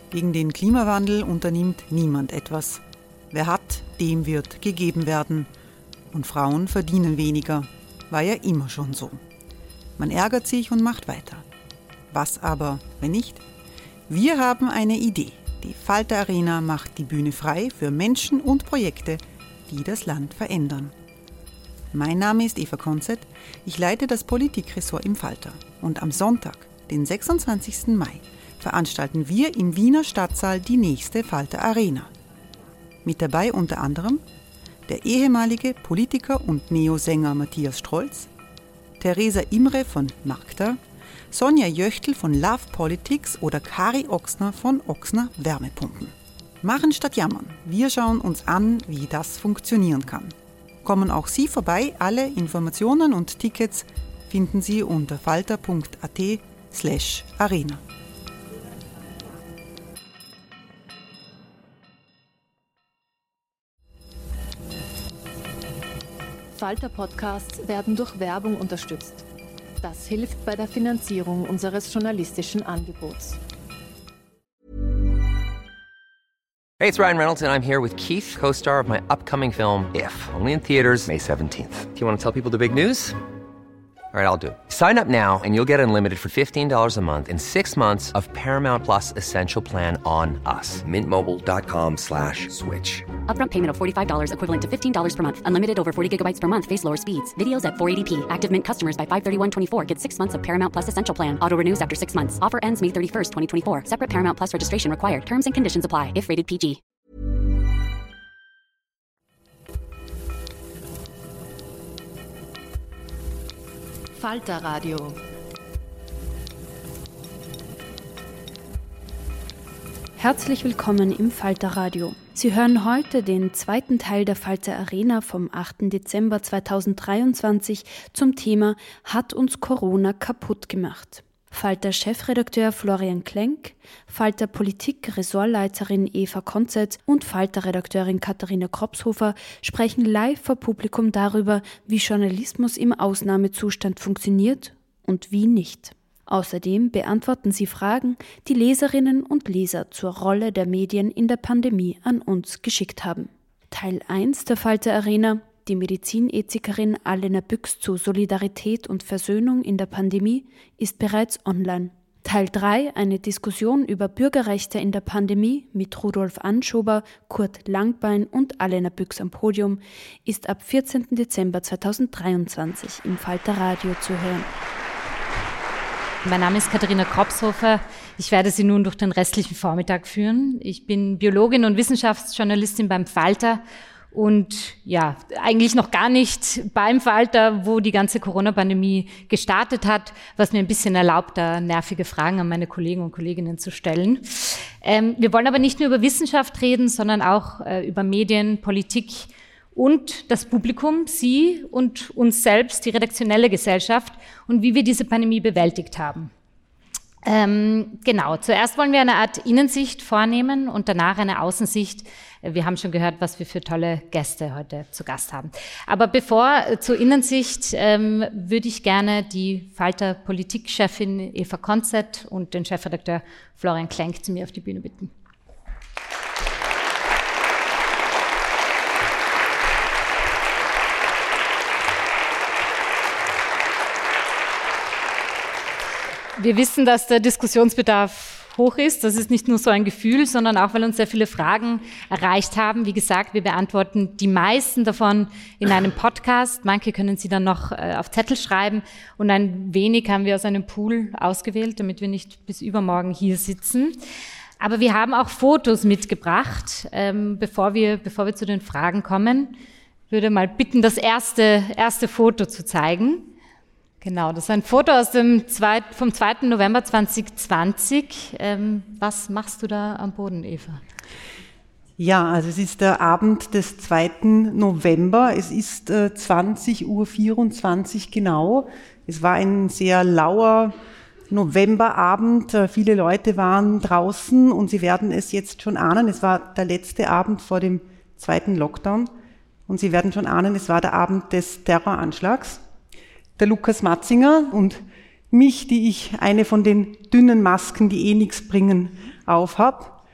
Gegen den Klimawandel unternimmt niemand etwas. Wer hat, dem wird gegeben werden. Und Frauen verdienen weniger. War ja immer schon so. Man ärgert sich und macht weiter. Was aber, wenn nicht? Wir haben eine Idee. Die Falter Arena macht die Bühne frei für Menschen und Projekte, die das Land verändern. Mein Name ist Eva Konzett. Ich leite das Politikressort im Falter. Und am Sonntag, den 26. Mai, veranstalten wir im Wiener Stadtsaal die nächste Falter Arena. Mit dabei unter anderem der ehemalige Politiker und Neosänger Matthias Strolz, Theresa Imre von Magda, Sonja Jöchtl von Love Politics oder Kari Ochsner von Ochsner Wärmepumpen. Machen statt jammern. Wir schauen uns an, wie das funktionieren kann. Kommen auch Sie vorbei. Alle Informationen und Tickets finden Sie unter falter.at/arena. Falter-Podcasts werden durch Werbung unterstützt. Das hilft bei der Finanzierung unseres journalistischen Angebots. Hey, it's Ryan Reynolds, and I'm here with Keith, co-star of my upcoming film, If, only in theaters May 17th. Do you want to tell people the big news? All right, I'll do it. Sign up now and you'll get unlimited for $15 a month and 6 months of Paramount Plus Essential Plan on us. MintMobile.com/switch. Upfront payment of $45 equivalent to $15 per month. Unlimited over 40 gigabytes per month. Face lower speeds. Videos at 480p. Active Mint customers by 531.24 get 6 months of Paramount Plus Essential Plan. Auto renews after 6 months. Offer ends May 31st, 2024. Separate Paramount Plus registration required. Terms and conditions apply if rated PG. Falter Radio. Herzlich willkommen im Falter Radio. Sie hören heute den zweiten Teil der Falter Arena vom 8. Dezember 2023 zum Thema Hat uns Corona kaputt gemacht? Falter-Chefredakteur Florian Klenk, Falter-Politik-Ressortleiterin Eva Konzett und Falter-Redakteurin Katharina Kropshofer sprechen live vor Publikum darüber, wie Journalismus im Ausnahmezustand funktioniert und wie nicht. Außerdem beantworten sie Fragen, die Leserinnen und Leser zur Rolle der Medien in der Pandemie an uns geschickt haben. Teil 1 der Falter Arena, die Medizinethikerin Alena Büchs zu Solidarität und Versöhnung in der Pandemie, ist bereits online. Teil 3, eine Diskussion über Bürgerrechte in der Pandemie mit Rudolf Anschober, Kurt Langbein und Alena Büchs am Podium, ist ab 14. Dezember 2023 im Falter Radio zu hören. Mein Name ist Katharina Kropshofer. Ich werde Sie nun durch den restlichen Vormittag führen. Ich bin Biologin und Wissenschaftsjournalistin beim Falter und ja, eigentlich noch gar nicht beim Falter, wo die ganze Corona-Pandemie gestartet hat, was mir ein bisschen erlaubt, da nervige Fragen an meine Kollegen und Kolleginnen zu stellen. Wir wollen aber nicht nur über Wissenschaft reden, sondern auch über Medien, Politik und das Publikum, Sie und uns selbst, die redaktionelle Gesellschaft und wie wir diese Pandemie bewältigt haben. Genau, zuerst wollen wir eine Art Innensicht vornehmen und danach eine Außensicht. Wir haben schon gehört, was wir für tolle Gäste heute zu Gast haben. Aber bevor zur Innensicht würde ich gerne die Falter-Politikchefin Eva Konzett und den Chefredakteur Florian Klenk zu mir auf die Bühne bitten. Wir wissen, dass der Diskussionsbedarf hoch ist. Das ist nicht nur so ein Gefühl, sondern auch, weil uns sehr viele Fragen erreicht haben. Wie gesagt, wir beantworten die meisten davon in einem Podcast. Manche können Sie dann noch auf Zettel schreiben. Und ein wenig haben wir aus einem Pool ausgewählt, damit wir nicht bis übermorgen hier sitzen. Aber wir haben auch Fotos mitgebracht. Bevor wir zu den Fragen kommen, würde mal bitten, das erste Foto zu zeigen. Genau, das ist ein Foto vom 2. November 2020. Was machst du da am Boden, Eva? Ja, also es ist der Abend des 2. November. Es ist 20:24 Uhr genau. Es war ein sehr lauer Novemberabend. Viele Leute waren draußen und Sie werden es jetzt schon ahnen. Es war der letzte Abend vor dem zweiten Lockdown. Und Sie werden schon ahnen, es war der Abend des Terroranschlags. Der Lukas Matzinger und mich, die ich eine von den dünnen Masken, die eh nichts bringen, aufhab.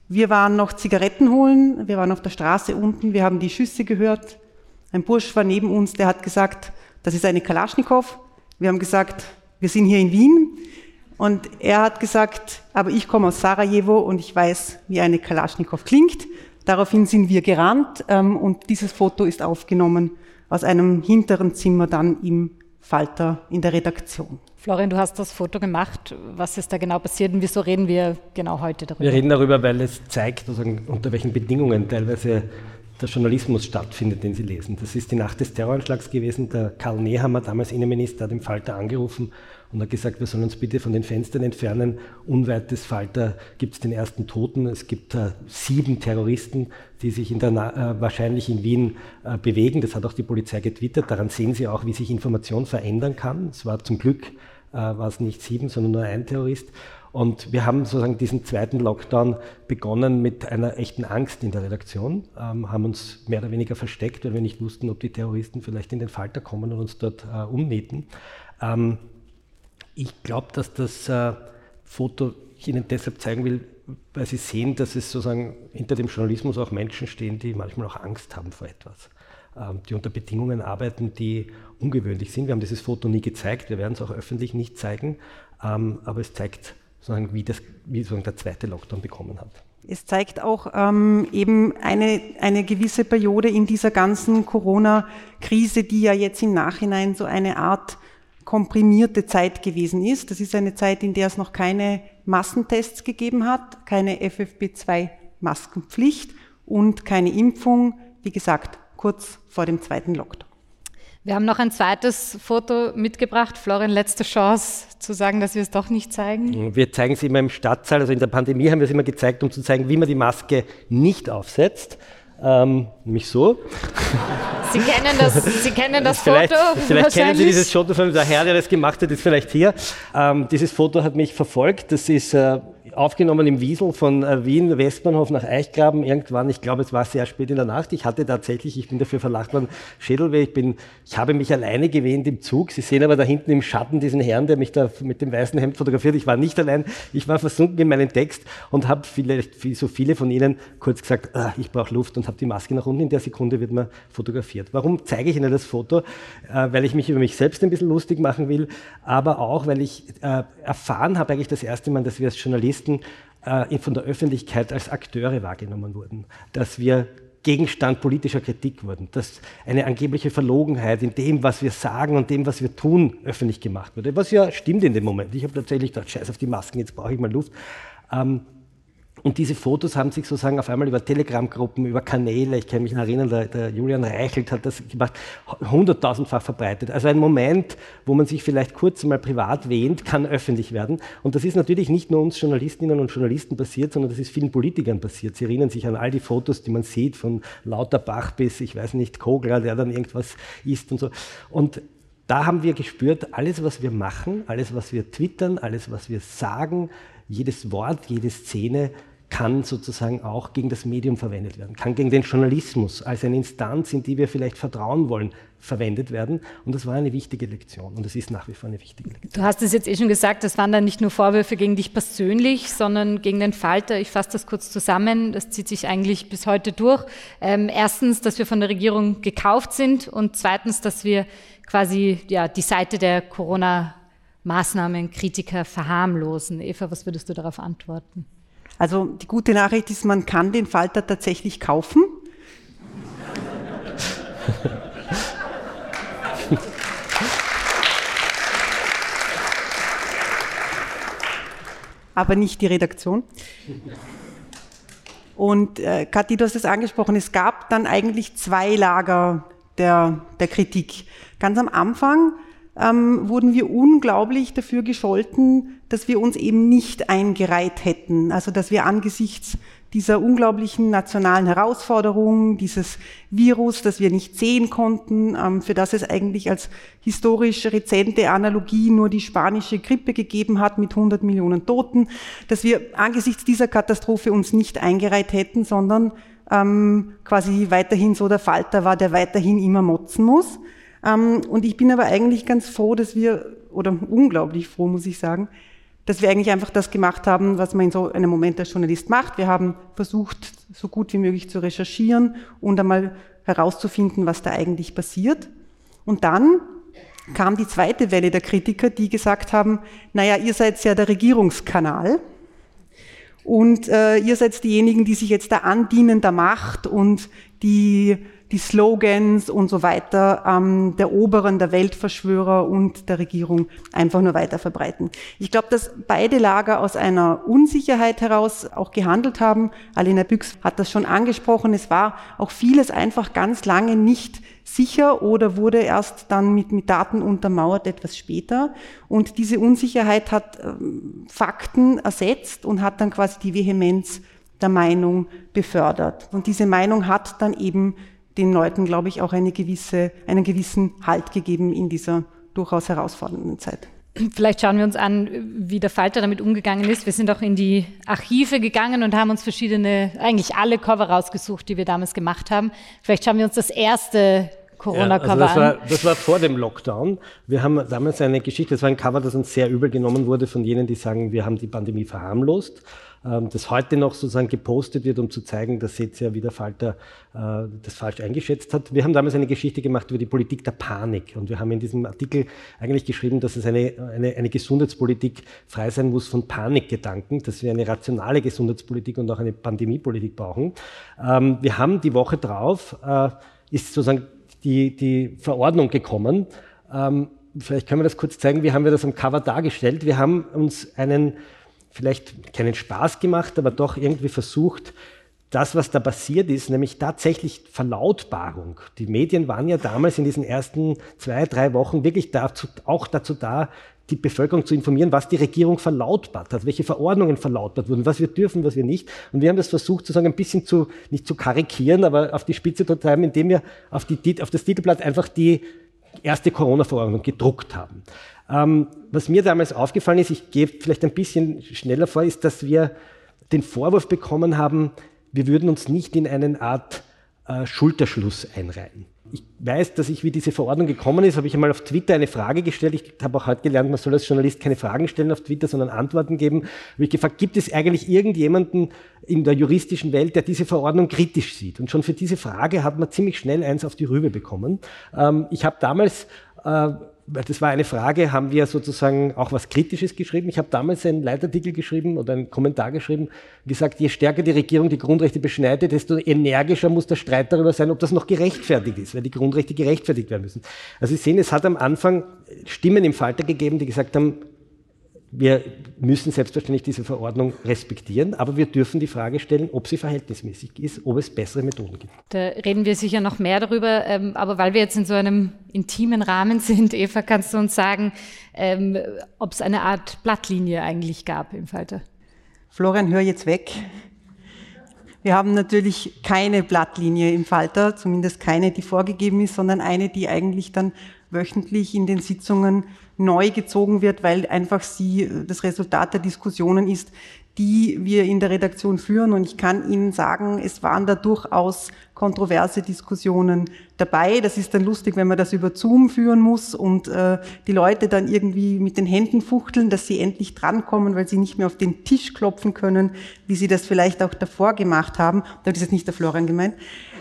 Wir waren noch Zigaretten holen, wir waren auf der Straße unten, wir haben die Schüsse gehört. Ein Bursch war neben uns, der hat gesagt, das ist eine Kalaschnikow. Wir haben gesagt, wir sind hier in Wien. Und er hat gesagt, aber ich komme aus Sarajevo und ich weiß, wie eine Kalaschnikow klingt. Daraufhin sind wir gerannt und dieses Foto ist aufgenommen aus einem hinteren Zimmer dann im Falter in der Redaktion. Florian, du hast das Foto gemacht. Was ist da genau passiert und wieso reden wir genau heute darüber? Wir reden darüber, weil es zeigt, unter welchen Bedingungen teilweise der Journalismus stattfindet, den Sie lesen. Das ist die Nacht des Terroranschlags gewesen. Der Karl Nehammer, damals Innenminister, hat im Falter angerufen und hat gesagt, wir sollen uns bitte von den Fenstern entfernen. Unweit des Falter gibt es den ersten Toten. Es gibt 7 Terroristen, die sich wahrscheinlich in Wien bewegen. Das hat auch die Polizei getwittert. Daran sehen Sie auch, wie sich Information verändern kann. Es war zum Glück war es nicht 7, sondern nur ein Terrorist. Und wir haben sozusagen diesen zweiten Lockdown begonnen mit einer echten Angst in der Redaktion, haben uns mehr oder weniger versteckt, weil wir nicht wussten, ob die Terroristen vielleicht in den Falter kommen und uns dort umnieten. Ich glaube, dass das Foto ich Ihnen deshalb zeigen will, weil Sie sehen, dass es sozusagen hinter dem Journalismus auch Menschen stehen, die manchmal auch Angst haben vor etwas, die unter Bedingungen arbeiten, die ungewöhnlich sind. Wir haben dieses Foto nie gezeigt, wir werden es auch öffentlich nicht zeigen, aber es zeigt sozusagen, wie sozusagen der zweite Lockdown bekommen hat. Es zeigt auch eben eine gewisse Periode in dieser ganzen Corona-Krise, die ja jetzt im Nachhinein so eine Art komprimierte Zeit gewesen ist. Das ist eine Zeit, in der es noch keine Massentests gegeben hat, keine FFP2-Maskenpflicht und keine Impfung, wie gesagt, kurz vor dem zweiten Lockdown. Wir haben noch ein zweites Foto mitgebracht. Florian, letzte Chance zu sagen, dass wir es doch nicht zeigen. Wir zeigen es immer im Stadtsaal. Also in der Pandemie haben wir es immer gezeigt, um zu zeigen, wie man die Maske nicht aufsetzt. Nämlich so. Sie kennen das vielleicht, Foto. Vielleicht kennen Sie dieses Foto von der Herr, der das gemacht hat, ist vielleicht hier. Dieses Foto hat mich verfolgt. Das ist aufgenommen im Wiesel von Wien, Westbahnhof nach Eichgraben. Irgendwann, ich glaube, es war sehr spät in der Nacht. Ich hatte tatsächlich, ich bin dafür verlacht worden, Schädelweh. Ich habe mich alleine gewähnt im Zug. Sie sehen aber da hinten im Schatten diesen Herrn, der mich da mit dem weißen Hemd fotografiert. Ich war nicht allein. Ich war versunken in meinen Text und habe wie so viele von Ihnen kurz gesagt, ich brauche Luft und habe die Maske nach unten. In der Sekunde wird man fotografiert. Warum zeige ich Ihnen das Foto? Weil ich mich über mich selbst ein bisschen lustig machen will, aber auch, weil ich erfahren habe eigentlich das erste Mal, dass wir als Journalisten von der Öffentlichkeit als Akteure wahrgenommen wurden, dass wir Gegenstand politischer Kritik wurden, dass eine angebliche Verlogenheit in dem, was wir sagen und dem, was wir tun, öffentlich gemacht wurde, was ja stimmt in dem Moment. Ich habe tatsächlich gedacht, scheiß auf die Masken, jetzt brauche ich mal Luft. Und diese Fotos haben sich sozusagen auf einmal über Telegram-Gruppen, über Kanäle, ich kann mich noch erinnern, der Julian Reichelt hat das gemacht, 100.000-fach verbreitet. Also ein Moment, wo man sich vielleicht kurz mal privat wähnt, kann öffentlich werden. Und das ist natürlich nicht nur uns Journalistinnen und Journalisten passiert, sondern das ist vielen Politikern passiert. Sie erinnern sich an all die Fotos, die man sieht, von Lauterbach bis, ich weiß nicht, Kogler, der dann irgendwas isst und so. Und da haben wir gespürt, alles, was wir machen, alles, was wir twittern, alles, was wir sagen, jedes Wort, jede Szene kann sozusagen auch gegen das Medium verwendet werden, kann gegen den Journalismus als eine Instanz, in die wir vielleicht vertrauen wollen, verwendet werden. Und das war eine wichtige Lektion und es ist nach wie vor eine wichtige Lektion. Du hast es jetzt schon gesagt, das waren dann nicht nur Vorwürfe gegen dich persönlich, sondern gegen den Falter. Ich fasse das kurz zusammen, das zieht sich eigentlich bis heute durch. Erstens, dass wir von der Regierung gekauft sind und zweitens, dass wir quasi die Seite der Corona-Maßnahmen-Kritiker verharmlosen. Eva, was würdest du darauf antworten? Also die gute Nachricht ist, man kann den Falter tatsächlich kaufen. Aber nicht die Redaktion. Und Kathi, du hast es angesprochen, es gab dann eigentlich 2 Lager der Kritik. Ganz am Anfang wurden wir unglaublich dafür gescholten, dass wir uns eben nicht eingereiht hätten. Also dass wir angesichts dieser unglaublichen nationalen Herausforderung, dieses Virus, das wir nicht sehen konnten, für das es eigentlich als historisch rezente Analogie nur die spanische Grippe gegeben hat mit 100 Millionen Toten, dass wir angesichts dieser Katastrophe uns nicht eingereiht hätten, sondern quasi weiterhin so der Falter war, der weiterhin immer motzen muss. Und ich bin aber eigentlich ganz froh, unglaublich froh, muss ich sagen, dass wir eigentlich einfach das gemacht haben, was man in so einem Moment als Journalist macht. Wir haben versucht, so gut wie möglich zu recherchieren und einmal herauszufinden, was da eigentlich passiert. Und dann kam die zweite Welle der Kritiker, die gesagt haben, naja, ihr seid ja der Regierungskanal und ihr seid diejenigen, die sich jetzt da andienen der Macht und die Slogans und so weiter der Oberen, der Weltverschwörer und der Regierung einfach nur weiter verbreiten. Ich glaube, dass beide Lager aus einer Unsicherheit heraus auch gehandelt haben. Alena Büchs hat das schon angesprochen. Es war auch vieles einfach ganz lange nicht sicher oder wurde erst dann mit Daten untermauert etwas später. Und diese Unsicherheit hat Fakten ersetzt und hat dann quasi die Vehemenz der Meinung befördert. Und diese Meinung hat dann eben den Leuten, glaube ich, auch einen gewissen Halt gegeben in dieser durchaus herausfordernden Zeit. Vielleicht schauen wir uns an, wie der Falter damit umgegangen ist. Wir sind auch in die Archive gegangen und haben uns eigentlich alle Cover rausgesucht, die wir damals gemacht haben. Vielleicht schauen wir uns das erste Corona-Cover an. Das war vor dem Lockdown. Wir haben damals eine Geschichte, das war ein Cover, das uns sehr übel genommen wurde von jenen, die sagen, wir haben die Pandemie verharmlost. Das heute noch sozusagen gepostet wird, um zu zeigen, dass jetzt ja wie der Falter das falsch eingeschätzt hat. Wir haben damals eine Geschichte gemacht über die Politik der Panik und wir haben in diesem Artikel eigentlich geschrieben, dass es eine Gesundheitspolitik frei sein muss von Panikgedanken, dass wir eine rationale Gesundheitspolitik und auch eine Pandemiepolitik brauchen. Wir haben die Woche drauf, ist sozusagen die Verordnung gekommen. Vielleicht können wir das kurz zeigen, wie haben wir das am Cover dargestellt. Wir haben uns vielleicht keinen Spaß gemacht, aber doch irgendwie versucht, das, was da passiert ist, nämlich tatsächlich Verlautbarung. Die Medien waren ja damals in diesen ersten 2-3 Wochen wirklich auch dazu da, die Bevölkerung zu informieren, was die Regierung verlautbart hat, welche Verordnungen verlautbart wurden, was wir dürfen, was wir nicht. Und wir haben das versucht, sozusagen ein bisschen nicht zu karikieren, aber auf die Spitze zu treiben, indem wir auf das Titelblatt einfach die erste Corona-Verordnung gedruckt haben. Was mir damals aufgefallen ist, ich gehe vielleicht ein bisschen schneller vor, ist, dass wir den Vorwurf bekommen haben, wir würden uns nicht in eine Art Schulterschluss einreihen. Ich weiß, dass wie diese Verordnung gekommen ist, habe ich einmal auf Twitter eine Frage gestellt. Ich habe auch heute gelernt, man soll als Journalist keine Fragen stellen auf Twitter, sondern Antworten geben. Habe ich gefragt, gibt es eigentlich irgendjemanden in der juristischen Welt, der diese Verordnung kritisch sieht? Und schon für diese Frage hat man ziemlich schnell eins auf die Rübe bekommen. Ich habe damals das war eine Frage, haben wir sozusagen auch was Kritisches geschrieben? Ich habe damals einen Leitartikel geschrieben oder einen Kommentar geschrieben, gesagt, je stärker die Regierung die Grundrechte beschneidet, desto energischer muss der Streit darüber sein, ob das noch gerechtfertigt ist, weil die Grundrechte gerechtfertigt werden müssen. Also Sie sehen, es hat am Anfang Stimmen im Falter gegeben, die gesagt haben, wir müssen selbstverständlich diese Verordnung respektieren, aber wir dürfen die Frage stellen, ob sie verhältnismäßig ist, ob es bessere Methoden gibt. Da reden wir sicher noch mehr darüber, aber weil wir jetzt in so einem intimen Rahmen sind, Eva, kannst du uns sagen, ob es eine Art Blattlinie eigentlich gab im Falter? Florian, hör jetzt weg. Wir haben natürlich keine Blattlinie im Falter, zumindest keine, die vorgegeben ist, sondern eine, die eigentlich dann wöchentlich in den Sitzungen neu gezogen wird, weil einfach sie das Resultat der Diskussionen ist, die wir in der Redaktion führen. Und ich kann Ihnen sagen, es waren da durchaus kontroverse Diskussionen dabei. Das ist dann lustig, wenn man das über Zoom führen muss und die Leute dann irgendwie mit den Händen fuchteln, dass sie endlich drankommen, weil sie nicht mehr auf den Tisch klopfen können, wie sie das vielleicht auch davor gemacht haben. Das ist jetzt nicht der Florian gemeint.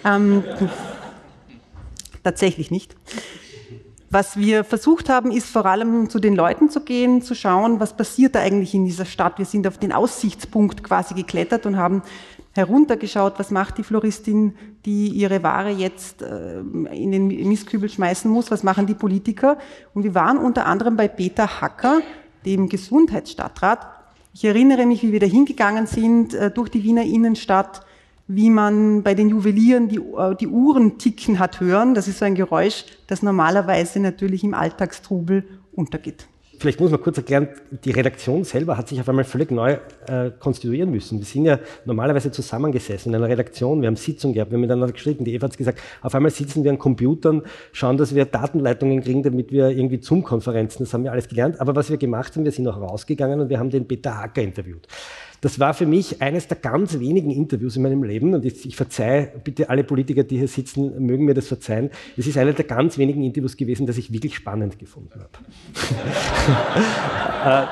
Tatsächlich nicht. Was wir versucht haben, ist vor allem zu den Leuten zu gehen, zu schauen, was passiert da eigentlich in dieser Stadt. Wir sind auf den Aussichtspunkt quasi geklettert und haben heruntergeschaut, was macht die Floristin, die ihre Ware jetzt in den Mistkübel schmeißen muss, was machen die Politiker. Und wir waren unter anderem bei Peter Hacker, dem Gesundheitsstadtrat. Ich erinnere mich, wie wir da hingegangen sind, durch die Wiener Innenstadt, wie man bei den Juwelieren die Uhren ticken hat hören. Das ist so ein Geräusch, das normalerweise natürlich im Alltagstrubel untergeht. Vielleicht muss man kurz erklären, die Redaktion selber hat sich auf einmal völlig neu konstituieren müssen. Wir sind ja normalerweise zusammengesessen in einer Redaktion, wir haben Sitzungen gehabt, wir haben miteinander geschrieben. Die Eva hat gesagt, auf einmal sitzen wir an Computern, schauen, dass wir Datenleitungen kriegen, damit wir irgendwie Zoom-Konferenzen, das haben wir alles gelernt. Aber was wir gemacht haben, wir sind auch rausgegangen und wir haben den Peter Hacker interviewt. Das war für mich eines der ganz wenigen Interviews in meinem Leben, und ich verzeihe bitte alle Politiker, die hier sitzen, mögen mir das verzeihen. Es ist einer der ganz wenigen Interviews gewesen, das ich wirklich spannend gefunden habe.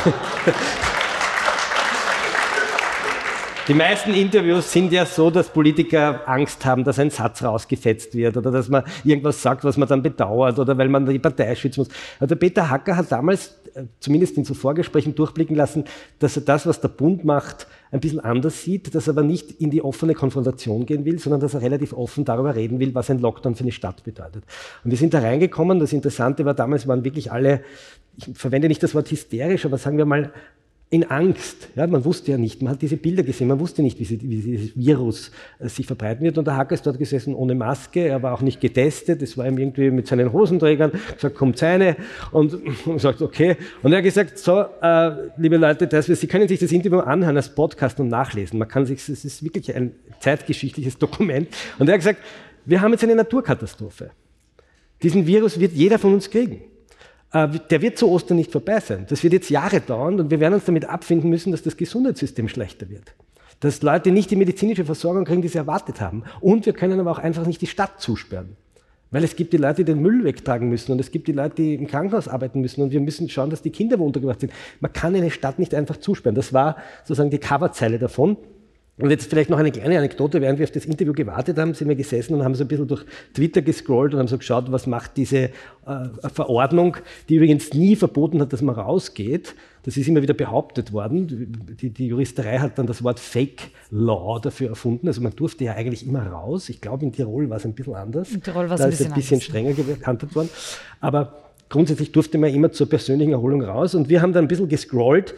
Die meisten Interviews sind ja so, dass Politiker Angst haben, dass ein Satz rausgefetzt wird oder dass man irgendwas sagt, was man dann bedauert oder weil man die Partei schützen muss. Also der Peter Hacker hat damals, zumindest in so Vorgesprächen, durchblicken lassen, dass er das, was der Bund macht, ein bisschen anders sieht, dass er aber nicht in die offene Konfrontation gehen will, sondern dass er relativ offen darüber reden will, was ein Lockdown für eine Stadt bedeutet. Und wir sind da reingekommen. Das Interessante war, damals waren wirklich alle, ich verwende nicht das Wort hysterisch, aber sagen wir mal, in Angst. Ja, man wusste ja nicht, man hat diese Bilder gesehen, man wusste nicht, wie dieses Virus sich verbreiten wird. Und der Hacker ist dort gesessen ohne Maske, er war auch nicht getestet, es war ihm irgendwie mit seinen Hosenträgern, gesagt, kommt eine, und sagt, okay. Und er hat gesagt, so, liebe Leute, Sie können sich das Interview anhören als Podcast und nachlesen. Man kann sich, es ist wirklich ein zeitgeschichtliches Dokument. Und er hat gesagt, wir haben jetzt eine Naturkatastrophe. Diesen Virus wird jeder von uns kriegen. Der wird zu Ostern nicht vorbei sein. Das wird jetzt Jahre dauern und wir werden uns damit abfinden müssen, dass das Gesundheitssystem schlechter wird. Dass Leute nicht die medizinische Versorgung kriegen, die sie erwartet haben. Und wir können aber auch einfach nicht die Stadt zusperren. Weil es gibt die Leute, die den Müll wegtragen müssen und es gibt die Leute, die im Krankenhaus arbeiten müssen und wir müssen schauen, dass die Kinder wo untergebracht sind. Man kann eine Stadt nicht einfach zusperren. Das war sozusagen die Coverzeile davon. Und jetzt vielleicht noch eine kleine Anekdote, während wir auf das Interview gewartet haben, sind wir gesessen und haben so ein bisschen durch Twitter gescrollt und haben so geschaut, was macht diese Verordnung, die übrigens nie verboten hat, dass man rausgeht. Das ist immer wieder behauptet worden. Die Juristerei hat dann das Wort Fake Law dafür erfunden. Also man durfte ja eigentlich immer raus. Ich glaube, in Tirol war es ein bisschen anders. In Tirol war es ein bisschen strenger gehandhabt worden. Aber grundsätzlich durfte man immer zur persönlichen Erholung raus. Und wir haben dann ein bisschen gescrollt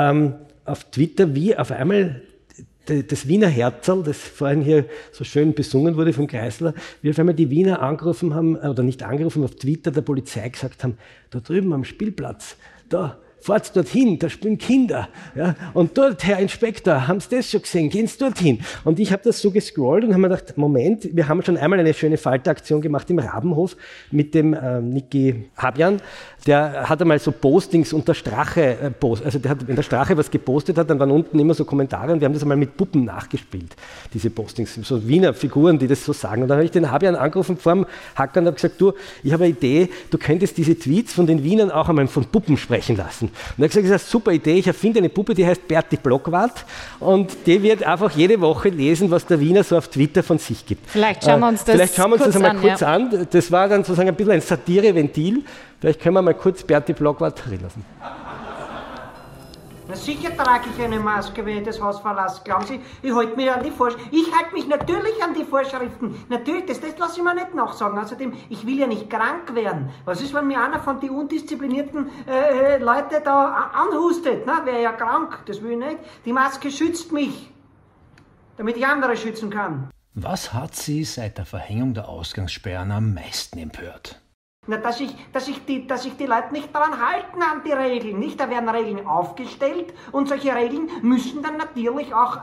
auf Twitter, wie auf einmal das Wiener Herzl, das vorhin hier so schön besungen wurde vom Kreisler, wie auf einmal die Wiener angerufen haben, oder nicht angerufen, auf Twitter der Polizei gesagt haben, da drüben am Spielplatz, da, fahrt dorthin, da spielen Kinder. Ja? Und dort, Herr Inspektor, haben Sie das schon gesehen? Gehen Sie dorthin. Und ich habe das so gescrollt und habe mir gedacht, Moment, wir haben schon einmal eine schöne Falteraktion gemacht im Rabenhof mit dem Niki Habjan. Der hat einmal so Postings unter Strache, also der hat, wenn der Strache was gepostet hat, dann waren unten immer so Kommentare und wir haben das einmal mit Puppen nachgespielt, diese Postings, so Wiener Figuren, die das so sagen. Und dann habe ich den Habjan angerufen vor dem Hacker und habe gesagt, du, ich habe eine Idee, du könntest diese Tweets von den Wienern auch einmal von Puppen sprechen lassen. Und er hat gesagt, das ist eine super Idee, ich erfinde eine Puppe, die heißt Berti Blockwart und die wird einfach jede Woche lesen, was der Wiener so auf Twitter von sich gibt. Vielleicht schauen wir uns das einmal kurz an. Das war dann sozusagen ein bisschen ein Satireventil. Vielleicht können wir mal kurz Berti Blockwart drin lassen. Na sicher trage ich eine Maske, wenn ich das Haus verlasse. Glauben Sie, ich halte mich an die Vorschriften. Ich halte mich natürlich an die Vorschriften. Natürlich, das lasse ich mir nicht nachsagen. Außerdem, ich will ja nicht krank werden. Was ist, wenn mir einer von den undisziplinierten Leuten da anhustet? Wäre ja krank, das will ich nicht. Die Maske schützt mich, damit ich andere schützen kann. Was hat Sie seit der Verhängung der Ausgangssperren am meisten empört? Na, dass sich die Leute nicht daran halten an die Regeln. Nicht? Da werden Regeln aufgestellt und solche Regeln müssen dann natürlich auch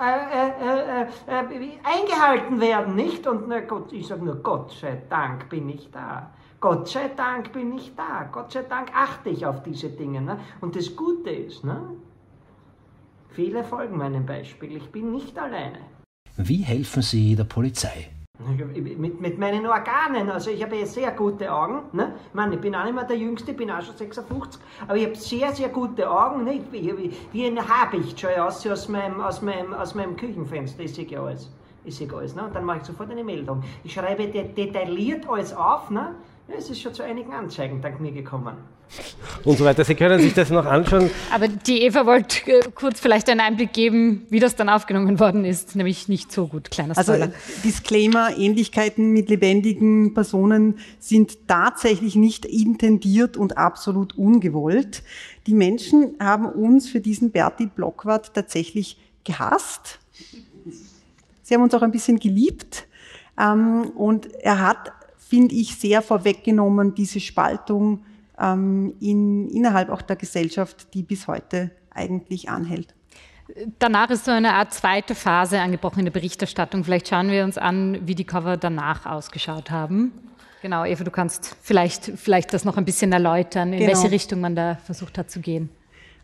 eingehalten werden, nicht? Und na Gott, ich sage nur, Gott sei Dank bin ich da. Gott sei Dank bin ich da. Gott sei Dank achte ich auf diese Dinge. Ne? Und das Gute ist, ne? Viele folgen meinem Beispiel. Ich bin nicht alleine. Wie helfen Sie der Polizei? Mit meinen Organen, also ich habe ja sehr gute Augen, ne? Ich meine, ich bin auch nicht mehr der Jüngste, ich bin auch schon 56, aber ich habe sehr, sehr gute Augen, ne? Wie ein Habicht schaue ich aus meinem Küchenfenster, ich sehe alles, ne? Und dann mache ich sofort eine Meldung. Ich schreibe detailliert alles auf, ne? Ja, es ist schon zu einigen Anzeigen dank mir gekommen. Und so weiter. Sie können sich das noch anschauen. Aber die Eva wollte kurz vielleicht einen Einblick geben, wie das dann aufgenommen worden ist, nämlich nicht so gut. Kleiner Spoiler. Also Disclaimer, Ähnlichkeiten mit lebendigen Personen sind tatsächlich nicht intendiert und absolut ungewollt. Die Menschen haben uns für diesen Berti Blockwart tatsächlich gehasst. Sie haben uns auch ein bisschen geliebt. Und er hat, finde ich, sehr vorweggenommen, diese Spaltung innerhalb auch der Gesellschaft, die bis heute eigentlich anhält. Danach ist so eine Art zweite Phase angebrochen in der Berichterstattung. Vielleicht schauen wir uns an, wie die Cover danach ausgeschaut haben. Genau, Eva, du kannst vielleicht das noch ein bisschen erläutern, in welche Richtung man da versucht hat zu gehen.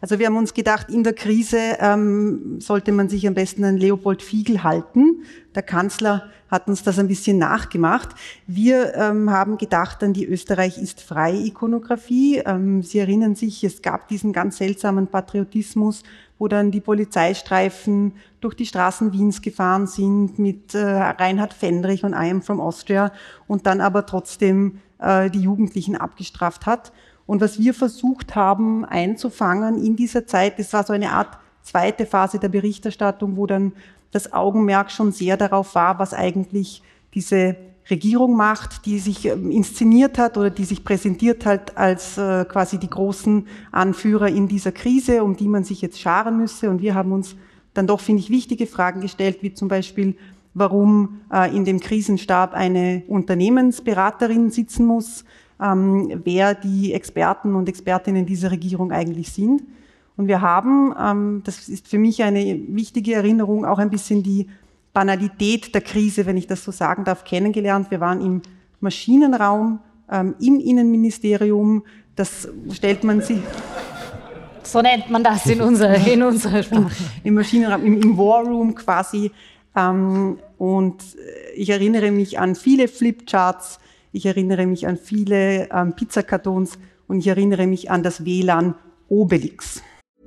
Also wir haben uns gedacht, in der Krise sollte man sich am besten an Leopold Fiegel halten. Der Kanzler hat uns das ein bisschen nachgemacht. Wir haben gedacht an die Österreich ist frei Ikonografie. Sie erinnern sich, es gab diesen ganz seltsamen Patriotismus, wo dann die Polizeistreifen durch die Straßen Wiens gefahren sind mit Reinhard Fendrich und I Am From Austria und dann aber trotzdem die Jugendlichen abgestraft hat. Und was wir versucht haben einzufangen in dieser Zeit, das war so eine Art zweite Phase der Berichterstattung, wo dann das Augenmerk schon sehr darauf war, was eigentlich diese Regierung macht, die sich inszeniert hat oder die sich präsentiert hat als quasi die großen Anführer in dieser Krise, um die man sich jetzt scharen müsse. Und wir haben uns dann doch, finde ich, wichtige Fragen gestellt, wie zum Beispiel, warum in dem Krisenstab eine Unternehmensberaterin sitzen muss, wer die Experten und Expertinnen dieser Regierung eigentlich sind. Und wir haben, das ist für mich eine wichtige Erinnerung, auch ein bisschen die Banalität der Krise, wenn ich das so sagen darf, kennengelernt. Wir waren im Maschinenraum, im Innenministerium, das stellt man sich... So nennt man das in unserer Sprache. Im Maschinenraum, im War Room quasi. Und ich erinnere mich an viele Flipcharts, ich erinnere mich an viele Pizzakartons und ich erinnere mich an das WLAN Obelix.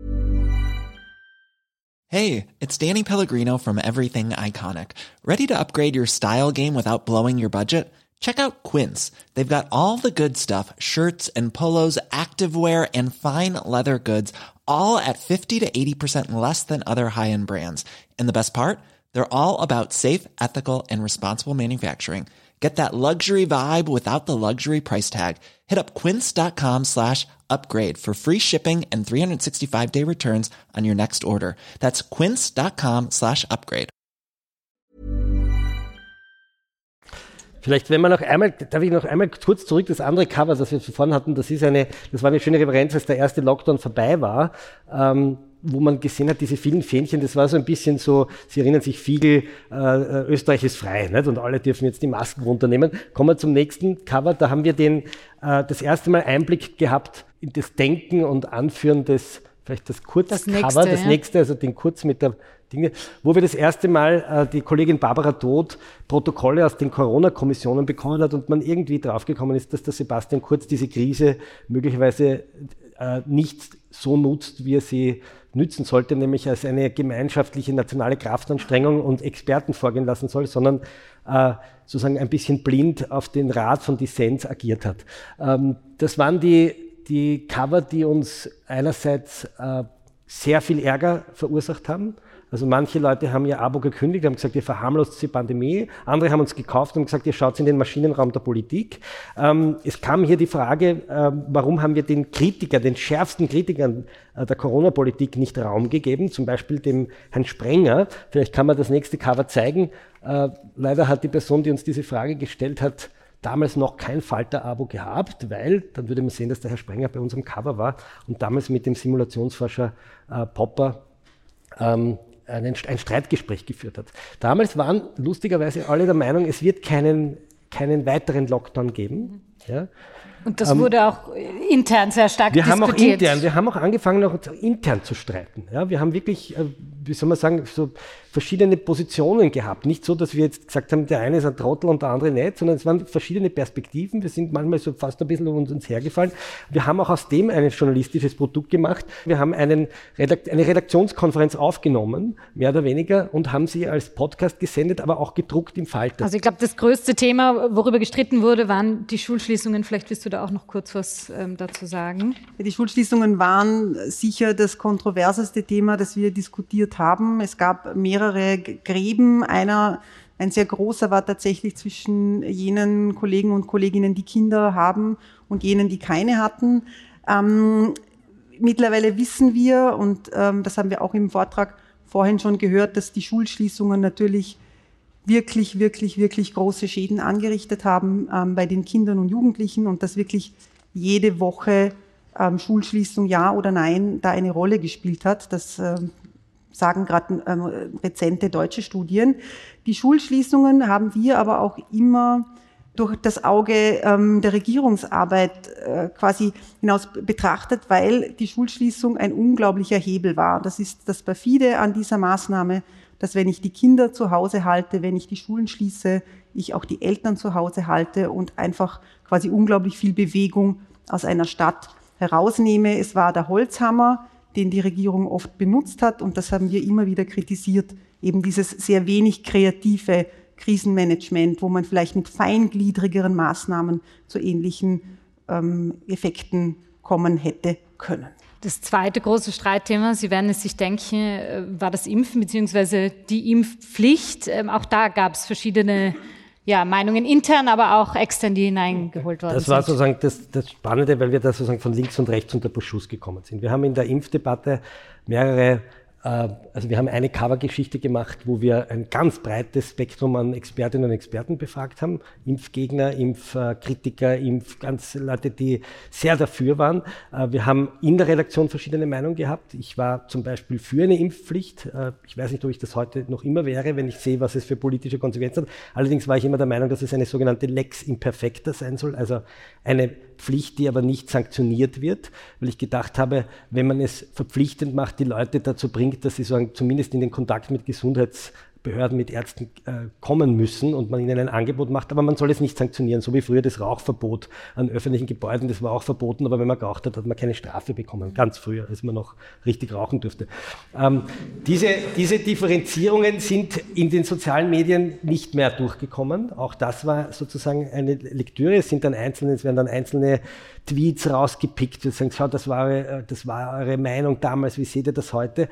Hey, it's Danny Pellegrino from Everything Iconic. Ready to upgrade your style game without blowing your budget? Check out Quince. They've got all the good stuff, shirts and polos, activewear and fine leather goods, all at 50 to 80% less than other high-end brands. And the best part? They're all about safe, ethical, and responsible manufacturing. Get that luxury vibe without the luxury price tag. Hit up quince.com/upgrade for free shipping and 365-day returns on your next order. That's quince.com/upgrade. Vielleicht, wenn man noch einmal, darf ich noch einmal kurz zurück, das andere Cover, das wir vorhin hatten, das war eine schöne Referenz, als der erste Lockdown vorbei war, wo man gesehen hat, diese vielen Fähnchen, das war so ein bisschen so, Sie erinnern sich, Fiegel, Österreich ist frei, nicht? Und alle dürfen jetzt die Masken runternehmen. Kommen wir zum nächsten Cover, da haben wir das erste Mal Einblick gehabt in das Denken und Anführen des, vielleicht das Kurzcover, das nächste, also den Kurz mit der Dinge, wo wir das erste Mal die Kollegin Barbara Todt Protokolle aus den Corona-Kommissionen bekommen hat und man irgendwie draufgekommen ist, dass der Sebastian Kurz diese Krise möglicherweise nicht so nutzt, wie er sie nützen sollte, nämlich als eine gemeinschaftliche nationale Kraftanstrengung und Experten vorgehen lassen soll, sondern sozusagen ein bisschen blind auf den Rat von Dissens agiert hat. Das waren die Cover, die uns einerseits sehr viel Ärger verursacht haben. Also manche Leute haben ihr Abo gekündigt, haben gesagt, ihr verharmlost die Pandemie. Andere haben uns gekauft und gesagt, ihr schaut in den Maschinenraum der Politik. Es kam hier die Frage, warum haben wir den schärfsten Kritikern der Corona-Politik nicht Raum gegeben, zum Beispiel dem Herrn Sprenger. Vielleicht kann man das nächste Cover zeigen. Leider hat die Person, die uns diese Frage gestellt hat, damals noch kein Falter-Abo gehabt, weil, dann würde man sehen, dass der Herr Sprenger bei uns am Cover war und damals mit dem Simulationsforscher Popper ein Streitgespräch geführt hat. Damals waren lustigerweise alle der Meinung, es wird keinen weiteren Lockdown geben. Ja. Und das wurde auch intern sehr stark diskutiert. Wir haben auch angefangen, noch intern zu streiten. Ja, wir haben wirklich, wie soll man sagen, so verschiedene Positionen gehabt. Nicht so, dass wir jetzt gesagt haben, der eine ist ein Trottel und der andere nicht, sondern es waren verschiedene Perspektiven. Wir sind manchmal so fast ein bisschen um uns hergefallen. Wir haben auch aus dem ein journalistisches Produkt gemacht. Wir haben eine Redaktionskonferenz aufgenommen, mehr oder weniger, und haben sie als Podcast gesendet, aber auch gedruckt im Falter. Also ich glaube, das größte Thema, worüber gestritten wurde, waren die Schulschließungen. Vielleicht willst du da auch noch kurz was dazu sagen. Die Schulschließungen waren sicher das kontroverseste Thema, das wir diskutiert haben. Es gab mehrere Gräben. Ein sehr großer war tatsächlich zwischen jenen Kollegen und Kolleginnen, die Kinder haben, und jenen, die keine hatten. Mittlerweile wissen wir, und das haben wir auch im Vortrag vorhin schon gehört, dass die Schulschließungen natürlich wirklich, wirklich, wirklich große Schäden angerichtet haben bei den Kindern und Jugendlichen und dass wirklich jede Woche Schulschließung, ja oder nein, da eine Rolle gespielt hat. Das sagen gerade rezente deutsche Studien. Die Schulschließungen haben wir aber auch immer durch das Auge der Regierungsarbeit quasi hinaus betrachtet, weil die Schulschließung ein unglaublicher Hebel war. Das ist das Perfide an dieser Maßnahme, dass wenn ich die Kinder zu Hause halte, wenn ich die Schulen schließe, ich auch die Eltern zu Hause halte und einfach quasi unglaublich viel Bewegung aus einer Stadt herausnehme. Es war der Holzhammer, den die Regierung oft benutzt hat, und das haben wir immer wieder kritisiert, eben dieses sehr wenig kreative Krisenmanagement, wo man vielleicht mit feingliedrigeren Maßnahmen zu ähnlichen Effekten kommen hätte können. Das zweite große Streitthema, Sie werden es sich denken, war das Impfen bzw. die Impfpflicht. Auch da gab es verschiedene Meinungen intern, aber auch extern, die hineingeholt worden sind. Das war sozusagen das Spannende, weil wir da sozusagen von links und rechts unter Beschuss gekommen sind. Wir haben in der Impfdebatte wir haben eine Covergeschichte gemacht, wo wir ein ganz breites Spektrum an Expertinnen und Experten befragt haben. Impfgegner, Impfkritiker, ganz Leute, die sehr dafür waren. Wir haben in der Redaktion verschiedene Meinungen gehabt. Ich war zum Beispiel für eine Impfpflicht. Ich weiß nicht, ob ich das heute noch immer wäre, wenn ich sehe, was es für politische Konsequenzen hat. Allerdings war ich immer der Meinung, dass es eine sogenannte Lex imperfecta sein soll, also eine Pflicht, die aber nicht sanktioniert wird, weil ich gedacht habe, wenn man es verpflichtend macht, die Leute dazu bringt, dass sie zumindest in den Kontakt mit Gesundheitsbehörden, mit Ärzten kommen müssen und man ihnen ein Angebot macht, aber man soll es nicht sanktionieren, so wie früher das Rauchverbot an öffentlichen Gebäuden, das war auch verboten, aber wenn man geraucht hat, hat man keine Strafe bekommen, ganz früher, als man noch richtig rauchen durfte. Diese Differenzierungen sind in den sozialen Medien nicht mehr durchgekommen, auch das war sozusagen eine Lektüre, es werden dann einzelne Tweets rausgepickt und sagen, schau, das war eure Meinung damals, wie seht ihr das heute?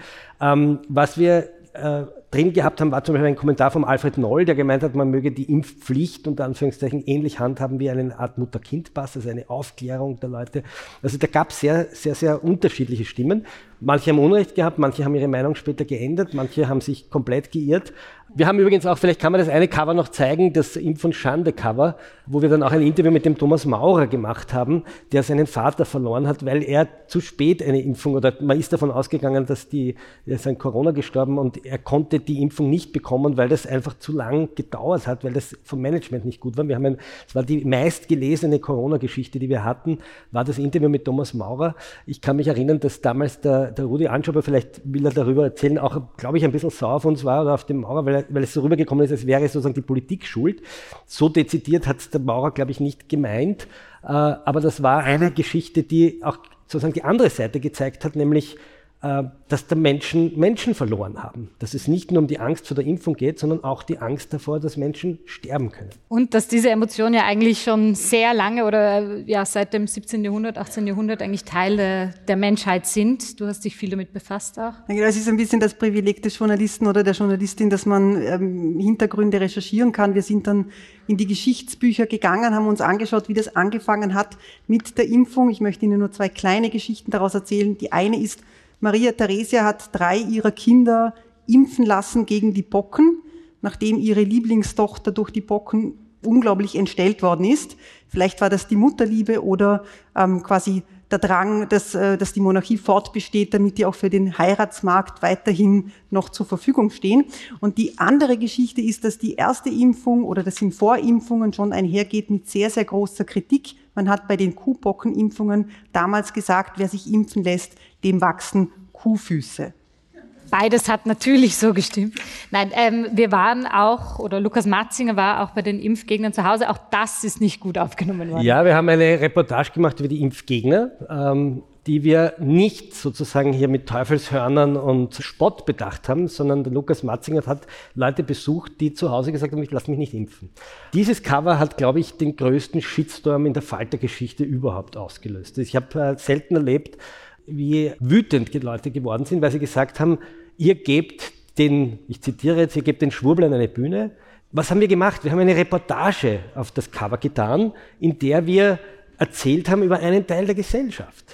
Was wir drin gehabt haben, war zum Beispiel ein Kommentar von Alfred Noll, der gemeint hat, man möge die Impfpflicht unter Anführungszeichen ähnlich handhaben wie eine Art Mutter-Kind-Pass, also eine Aufklärung der Leute. Also da gab es sehr, sehr, sehr unterschiedliche Stimmen. Manche haben Unrecht gehabt, manche haben ihre Meinung später geändert, manche haben sich komplett geirrt. Wir haben übrigens auch, vielleicht kann man das eine Cover noch zeigen, das Impf- und Schande-Cover, wo wir dann auch ein Interview mit dem Thomas Maurer gemacht haben, der seinen Vater verloren hat, weil er zu spät eine Impfung, oder man ist davon ausgegangen, dass er ist an Corona gestorben und er konnte die Impfung nicht bekommen, weil das einfach zu lang gedauert hat, weil das vom Management nicht gut war. Es war die meistgelesene Corona-Geschichte, die wir hatten, war das Interview mit Thomas Maurer. Ich kann mich erinnern, dass damals der Rudi Anschober, vielleicht will er darüber erzählen, auch, glaube ich, ein bisschen sauer auf uns war oder auf den Maurer, weil es so rübergekommen ist, als wäre sozusagen die Politik schuld. So dezidiert hat es der Maurer, glaube ich, nicht gemeint. Aber das war eine Geschichte, die auch sozusagen die andere Seite gezeigt hat, nämlich, dass da Menschen verloren haben. Dass es nicht nur um die Angst vor der Impfung geht, sondern auch die Angst davor, dass Menschen sterben können. Und dass diese Emotionen ja eigentlich schon sehr lange oder seit dem 17. Jahrhundert, 18. Jahrhundert eigentlich Teil der Menschheit sind. Du hast dich viel damit befasst auch. Das ist ein bisschen das Privileg des Journalisten oder der Journalistin, dass man Hintergründe recherchieren kann. Wir sind dann in die Geschichtsbücher gegangen, haben uns angeschaut, wie das angefangen hat mit der Impfung. Ich möchte Ihnen nur 2 kleine Geschichten daraus erzählen. Die eine ist, Maria Theresia hat 3 ihrer Kinder impfen lassen gegen die Pocken, nachdem ihre Lieblingstochter durch die Pocken unglaublich entstellt worden ist. Vielleicht war das die Mutterliebe oder quasi der Drang, dass die Monarchie fortbesteht, damit die auch für den Heiratsmarkt weiterhin noch zur Verfügung stehen. Und die andere Geschichte ist, dass die erste Impfung oder das sind Vorimpfungen schon einhergeht mit sehr, sehr großer Kritik. Man hat bei den Kuhpockenimpfungen damals gesagt, wer sich impfen lässt, dem wachsen Kuhfüße. Beides hat natürlich so gestimmt. Nein, wir waren auch, oder Lukas Matzinger war auch bei den Impfgegnern zu Hause. Auch das ist nicht gut aufgenommen worden. Ja, wir haben eine Reportage gemacht über die Impfgegner, die wir nicht sozusagen hier mit Teufelshörnern und Spott bedacht haben, sondern der Lukas Matzinger hat Leute besucht, die zu Hause gesagt haben, ich lasse mich nicht impfen. Dieses Cover hat, glaube ich, den größten Shitstorm in der Falter-Geschichte überhaupt ausgelöst. Ich habe selten erlebt, wie wütend die Leute geworden sind, weil sie gesagt haben, ihr gebt den Schwurblern eine Bühne. Was haben wir gemacht? Wir haben eine Reportage auf das Cover getan, in der wir erzählt haben über einen Teil der Gesellschaft.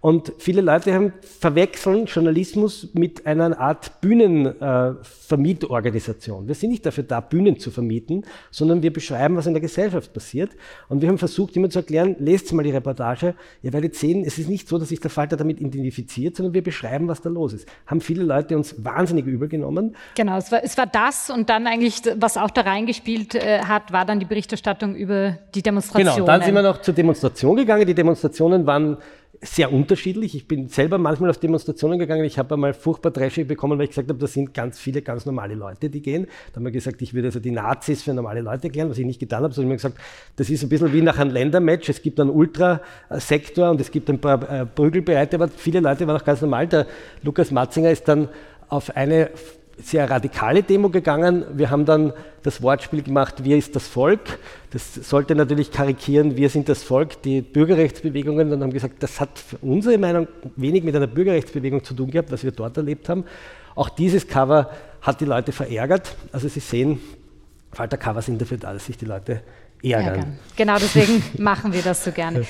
Und viele Leute verwechseln Journalismus mit einer Art Bühnenvermietorganisation. Wir sind nicht dafür da, Bühnen zu vermieten, sondern wir beschreiben, was in der Gesellschaft passiert. Und wir haben versucht, immer zu erklären, lest mal die Reportage, ihr werdet sehen, es ist nicht so, dass sich der Falter damit identifiziert, sondern wir beschreiben, was da los ist. Haben viele Leute uns wahnsinnig übel genommen. Genau, es war das und dann eigentlich, was auch da reingespielt hat, war dann die Berichterstattung über die Demonstrationen. Genau, dann sind wir noch zur Demonstration gegangen. Die Demonstrationen waren sehr unterschiedlich. Ich bin selber manchmal auf Demonstrationen gegangen. Ich habe einmal furchtbar Trashig bekommen, weil ich gesagt habe, da sind ganz viele ganz normale Leute, die gehen. Da haben wir gesagt, ich würde also die Nazis für normale Leute erklären, was ich nicht getan habe, sondern ich habe gesagt, das ist ein bisschen wie nach einem Ländermatch. Es gibt einen Ultrasektor und es gibt ein paar Prügelbereite, aber viele Leute waren auch ganz normal. Der Lukas Matzinger ist dann auf eine sehr radikale Demo gegangen. Wir haben dann das Wortspiel gemacht, wir ist das Volk. Das sollte natürlich karikieren, wir sind das Volk, die Bürgerrechtsbewegungen. Dann haben gesagt, das hat für unsere Meinung wenig mit einer Bürgerrechtsbewegung zu tun gehabt, was wir dort erlebt haben. Auch dieses Cover hat die Leute verärgert. Also Sie sehen, Falter-Cover sind dafür da, dass sich die Leute ärgern. Genau, deswegen machen wir das so gerne.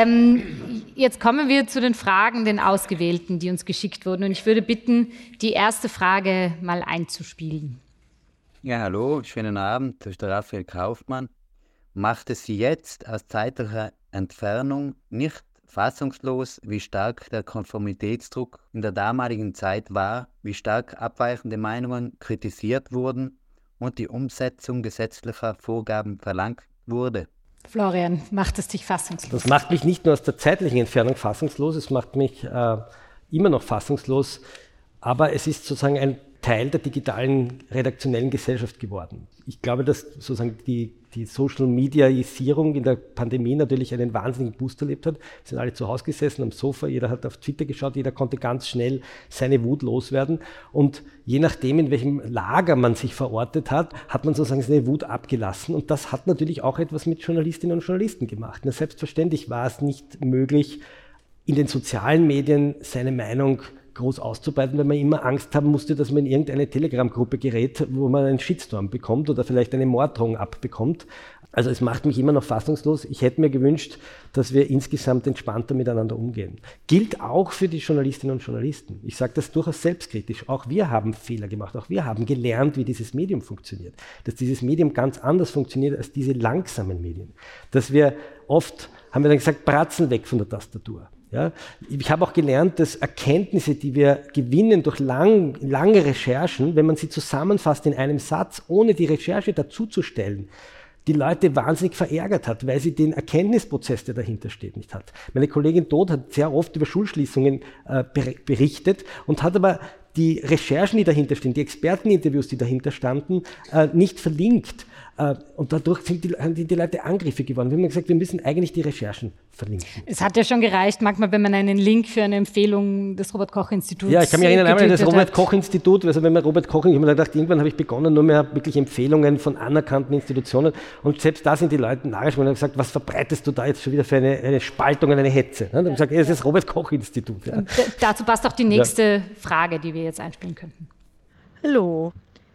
Jetzt kommen wir zu den Fragen, den Ausgewählten, die uns geschickt wurden. Und ich würde bitten, die erste Frage mal einzuspielen. Ja, hallo, schönen Abend. Das ist der Raphael Kaufmann. Macht es Sie jetzt aus zeitlicher Entfernung nicht fassungslos, wie stark der Konformitätsdruck in der damaligen Zeit war, wie stark abweichende Meinungen kritisiert wurden und die Umsetzung gesetzlicher Vorgaben verlangt wurde? Florian, macht es dich fassungslos? Das macht mich nicht nur aus der zeitlichen Entfernung fassungslos, es macht mich immer noch fassungslos, aber es ist sozusagen ein Teil der digitalen redaktionellen Gesellschaft geworden. Ich glaube, dass sozusagen die Social-Mediaisierung in der Pandemie natürlich einen wahnsinnigen Boost erlebt hat. Wir sind alle zu Hause gesessen am Sofa, jeder hat auf Twitter geschaut, jeder konnte ganz schnell seine Wut loswerden. Und je nachdem, in welchem Lager man sich verortet hat, hat man sozusagen seine Wut abgelassen. Und das hat natürlich auch etwas mit Journalistinnen und Journalisten gemacht. Na, selbstverständlich war es nicht möglich, in den sozialen Medien seine Meinung groß auszubreiten, weil man immer Angst haben musste, dass man in irgendeine Telegram-Gruppe gerät, wo man einen Shitstorm bekommt oder vielleicht eine Morddrohung abbekommt. Also es macht mich immer noch fassungslos. Ich hätte mir gewünscht, dass wir insgesamt entspannter miteinander umgehen. Gilt auch für die Journalistinnen und Journalisten. Ich sage das durchaus selbstkritisch. Auch wir haben Fehler gemacht. Auch wir haben gelernt, wie dieses Medium funktioniert. Dass dieses Medium ganz anders funktioniert als diese langsamen Medien. Dass wir oft, haben wir dann gesagt, Bratzen weg von der Tastatur. Ja, ich habe auch gelernt, dass Erkenntnisse, die wir gewinnen durch lange Recherchen, wenn man sie zusammenfasst in einem Satz, ohne die Recherche dazuzustellen, die Leute wahnsinnig verärgert hat, weil sie den Erkenntnisprozess, der dahinter steht, nicht hat. Meine Kollegin Todt hat sehr oft über Schulschließungen berichtet und hat aber die Recherchen, die dahinter stehen, die Experteninterviews, die dahinter standen, nicht verlinkt. Und dadurch sind die Leute Angriffe geworden. Wir haben gesagt, wir müssen eigentlich die Recherchen verlinken. Es hat ja schon gereicht, manchmal, wenn man einen Link für eine Empfehlung des Robert-Koch-Instituts Ja, ich kann mich erinnern, einmal das Robert-Koch-Institut, also wenn man Robert-Koch, ich habe mir gedacht, irgendwann habe ich begonnen, nur mehr wirklich Empfehlungen von anerkannten Institutionen und selbst da sind die Leute narrisch und haben gesagt, was verbreitest du da jetzt schon wieder für eine Spaltung und eine Hetze? Und haben gesagt, das ist das Robert-Koch-Institut. Ja. Dazu passt auch die nächste Frage, die wir jetzt einspielen könnten. Hallo,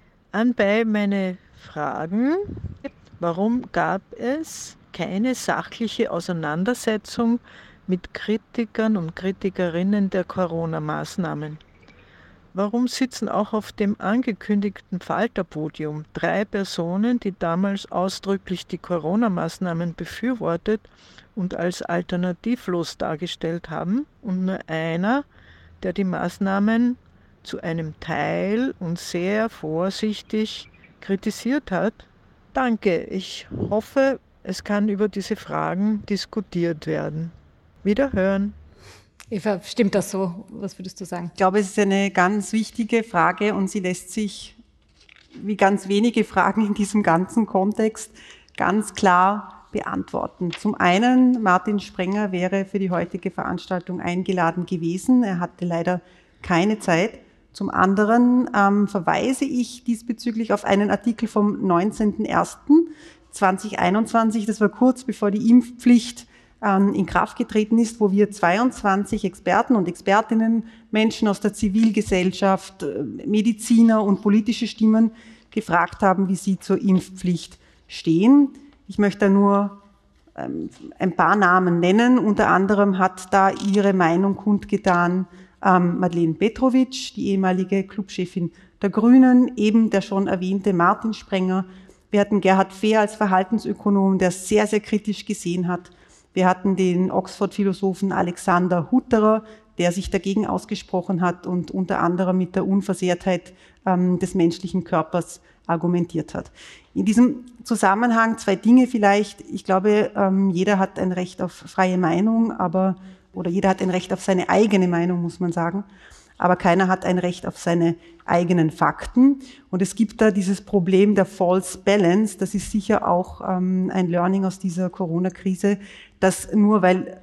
anbei meine Fragen. Warum gab es keine sachliche Auseinandersetzung mit Kritikern und Kritikerinnen der Corona-Maßnahmen? Warum sitzen auch auf dem angekündigten Falter-Podium 3 Personen, die damals ausdrücklich die Corona-Maßnahmen befürwortet und als alternativlos dargestellt haben, und nur einer, der die Maßnahmen zu einem Teil und sehr vorsichtig kritisiert hat? Danke, ich hoffe, es kann über diese Fragen diskutiert werden. Wiederhören. Eva, stimmt das so? Was würdest du sagen? Ich glaube, es ist eine ganz wichtige Frage und sie lässt sich, wie ganz wenige Fragen in diesem ganzen Kontext, ganz klar beantworten. Zum einen, Martin Sprenger wäre für die heutige Veranstaltung eingeladen gewesen. Er hatte leider keine Zeit. Zum anderen verweise ich diesbezüglich auf einen Artikel vom 19.01.2021, das war kurz bevor die Impfpflicht in Kraft getreten ist, wo wir 22 Experten und Expertinnen, Menschen aus der Zivilgesellschaft, Mediziner und politische Stimmen gefragt haben, wie sie zur Impfpflicht stehen. Ich möchte nur ein paar Namen nennen. Unter anderem hat da ihre Meinung kundgetan Madeleine Petrovic, die ehemalige Clubchefin der Grünen, eben der schon erwähnte Martin Sprenger. Wir hatten Gerhard Fehr als Verhaltensökonom, der sehr, sehr kritisch gesehen hat. Wir hatten den Oxford-Philosophen Alexander Hutterer, der sich dagegen ausgesprochen hat und unter anderem mit der Unversehrtheit des menschlichen Körpers argumentiert hat. In diesem Zusammenhang 2 Dinge vielleicht. Ich glaube, jeder hat ein Recht auf freie Meinung, oder jeder hat ein Recht auf seine eigene Meinung, muss man sagen. Aber keiner hat ein Recht auf seine eigenen Fakten. Und es gibt da dieses Problem der False Balance. Das ist sicher auch ein Learning aus dieser Corona-Krise, dass nur weil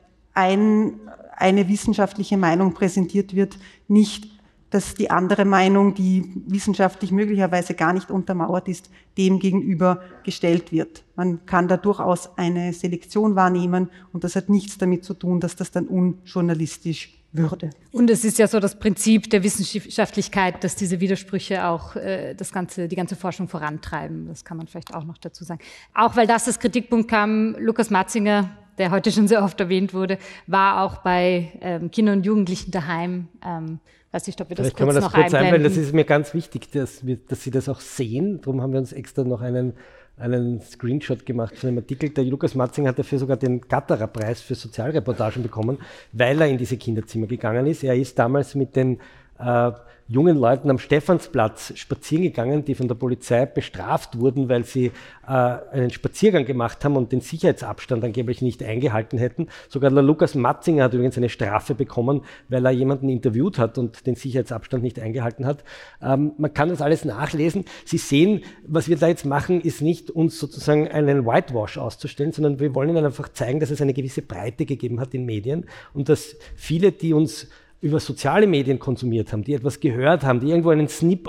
eine wissenschaftliche Meinung präsentiert wird, nicht, dass die andere Meinung, die wissenschaftlich möglicherweise gar nicht untermauert ist, dem gegenüber gestellt wird. Man kann da durchaus eine Selektion wahrnehmen und das hat nichts damit zu tun, dass das dann unjournalistisch würde. Und es ist ja so das Prinzip der Wissenschaftlichkeit, dass diese Widersprüche auch die ganze Forschung vorantreiben. Das kann man vielleicht auch noch dazu sagen. Auch weil das als Kritikpunkt kam, Lukas Matzinger, der heute schon sehr oft erwähnt wurde, war auch bei Kindern und Jugendlichen daheim. Weiß nicht, ob wir das Vielleicht kurz noch einblenden. Das ist mir ganz wichtig, dass Sie das auch sehen. Darum haben wir uns extra noch einen Screenshot gemacht von einem Artikel. Der Lukas Matzinger hat dafür sogar den Gatterer-Preis für Sozialreportagen bekommen, weil er in diese Kinderzimmer gegangen ist. Er ist damals mit den jungen Leuten am Stephansplatz spazieren gegangen, die von der Polizei bestraft wurden, weil sie einen Spaziergang gemacht haben und den Sicherheitsabstand angeblich nicht eingehalten hätten. Sogar der Lukas Matzinger hat übrigens eine Strafe bekommen, weil er jemanden interviewt hat und den Sicherheitsabstand nicht eingehalten hat. Man kann das alles nachlesen. Sie sehen, was wir da jetzt machen, ist nicht uns sozusagen einen Whitewash auszustellen, sondern wir wollen Ihnen einfach zeigen, dass es eine gewisse Breite gegeben hat in Medien und dass viele, die uns über soziale Medien konsumiert haben, die etwas gehört haben, die irgendwo einen Snip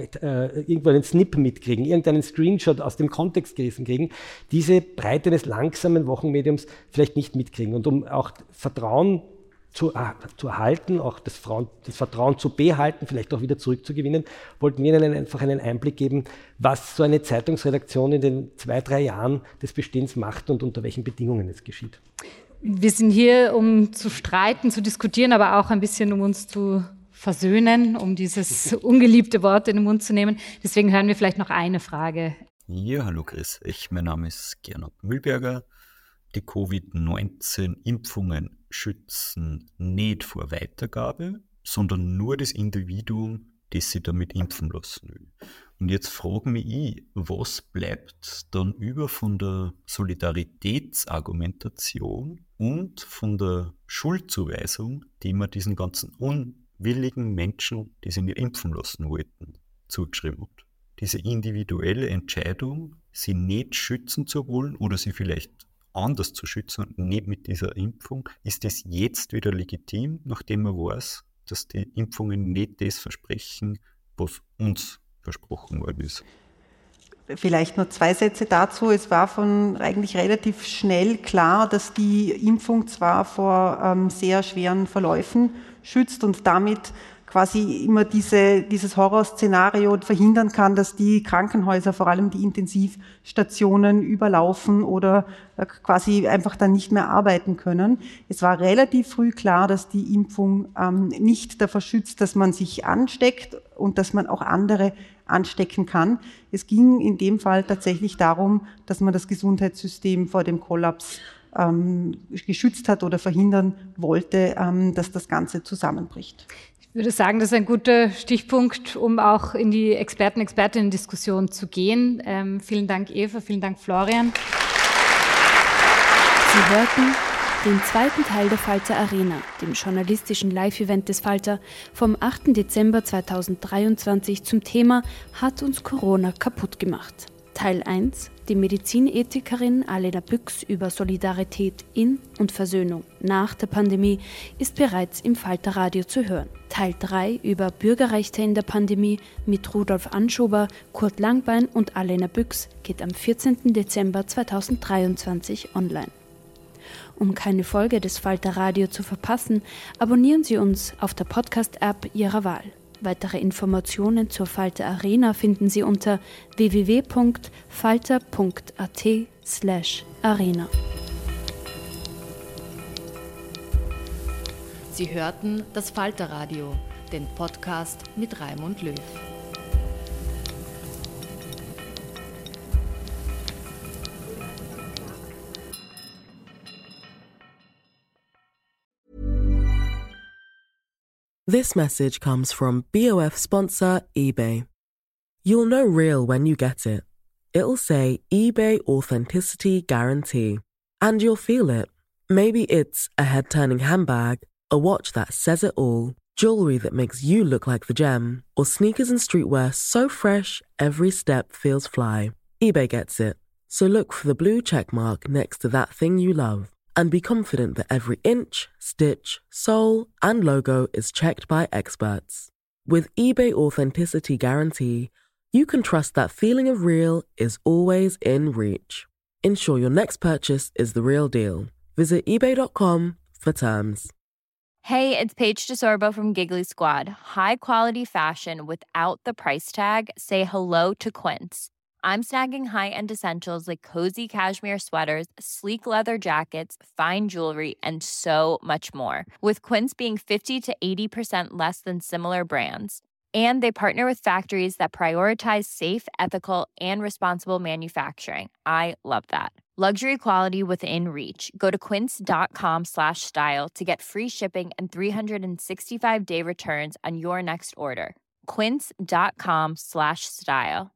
mitkriegen, irgendeinen Screenshot aus dem Kontext gerissen kriegen, diese Breite des langsamen Wochenmediums vielleicht nicht mitkriegen. Und um auch Vertrauen zu erhalten, auch das Vertrauen zu behalten, vielleicht auch wieder zurückzugewinnen, wollten wir Ihnen einfach einen Einblick geben, was so eine Zeitungsredaktion in den 2-3 Jahren des Bestehens macht und unter welchen Bedingungen es geschieht. Wir sind hier, um zu streiten, zu diskutieren, aber auch ein bisschen, um uns zu versöhnen, um dieses ungeliebte Wort in den Mund zu nehmen. Deswegen hören wir vielleicht noch eine Frage. Ja, hallo Chris. Mein Name ist Gernot Mühlberger. Die Covid-19-Impfungen schützen nicht vor Weitergabe, sondern nur das Individuum, das sich damit impfen lassen will. Und jetzt frage mich ich, was bleibt dann über von der Solidaritätsargumentation und von der Schuldzuweisung, die man diesen ganzen unwilligen Menschen, die sich nicht impfen lassen wollten, zugeschrieben hat. Diese individuelle Entscheidung, sie nicht schützen zu wollen oder sie vielleicht anders zu schützen und nicht mit dieser Impfung, ist das jetzt wieder legitim, nachdem man weiß, dass die Impfungen nicht das versprechen, was uns versprochen worden ist. Vielleicht nur 2 Sätze dazu. Es war eigentlich relativ schnell klar, dass die Impfung zwar vor sehr schweren Verläufen schützt und damit quasi immer dieses Horrorszenario verhindern kann, dass die Krankenhäuser, vor allem die Intensivstationen, überlaufen oder quasi einfach dann nicht mehr arbeiten können. Es war relativ früh klar, dass die Impfung nicht davor schützt, dass man sich ansteckt und dass man auch andere anstecken kann. Es ging in dem Fall tatsächlich darum, dass man das Gesundheitssystem vor dem Kollaps geschützt hat oder verhindern wollte, dass das Ganze zusammenbricht. Ich würde sagen, das ist ein guter Stichpunkt, um auch in die Experten-Expertinnen-Diskussion zu gehen. Vielen Dank, Eva, vielen Dank, Florian. Sie hörten den 2. Teil der Falter Arena, dem journalistischen Live-Event des Falter vom 8. Dezember 2023 zum Thema „Hat uns Corona kaputt gemacht?". Teil 1, die Medizinethikerin Alena Büchs über Solidarität in und Versöhnung nach der Pandemie, ist bereits im Falter Radio zu hören. Teil 3 über Bürgerrechte in der Pandemie mit Rudolf Anschober, Kurt Langbein und Alena Büchs geht am 14. Dezember 2023 online. Um keine Folge des Falter Radio zu verpassen, abonnieren Sie uns auf der Podcast-App Ihrer Wahl. Weitere Informationen zur Falter Arena finden Sie unter www.falter.at/arena. Sie hörten das Falterradio, den Podcast mit Raimund Löw. This message comes from BOF sponsor eBay. You'll know real when you get it. It'll say eBay Authenticity Guarantee. And you'll feel it. Maybe it's a head-turning handbag, a watch that says it all, jewelry that makes you look like the gem, or sneakers and streetwear so fresh every step feels fly. eBay gets it. So look for the blue check mark next to that thing you love. And be confident that every inch, stitch, sole, and logo is checked by experts. With eBay Authenticity Guarantee, you can trust that feeling of real is always in reach. Ensure your next purchase is the real deal. Visit ebay.com for terms. Hey, it's Paige DeSorbo from Giggly Squad. High quality fashion without the price tag. Say hello to Quince. I'm snagging high-end essentials like cozy cashmere sweaters, sleek leather jackets, fine jewelry, and so much more. With Quince being 50 to 80% less than similar brands. And they partner with factories that prioritize safe, ethical, and responsible manufacturing. I love that. Luxury quality within reach. Go to quince.com/style to get free shipping and 365-day returns on your next order. Quince.com/style.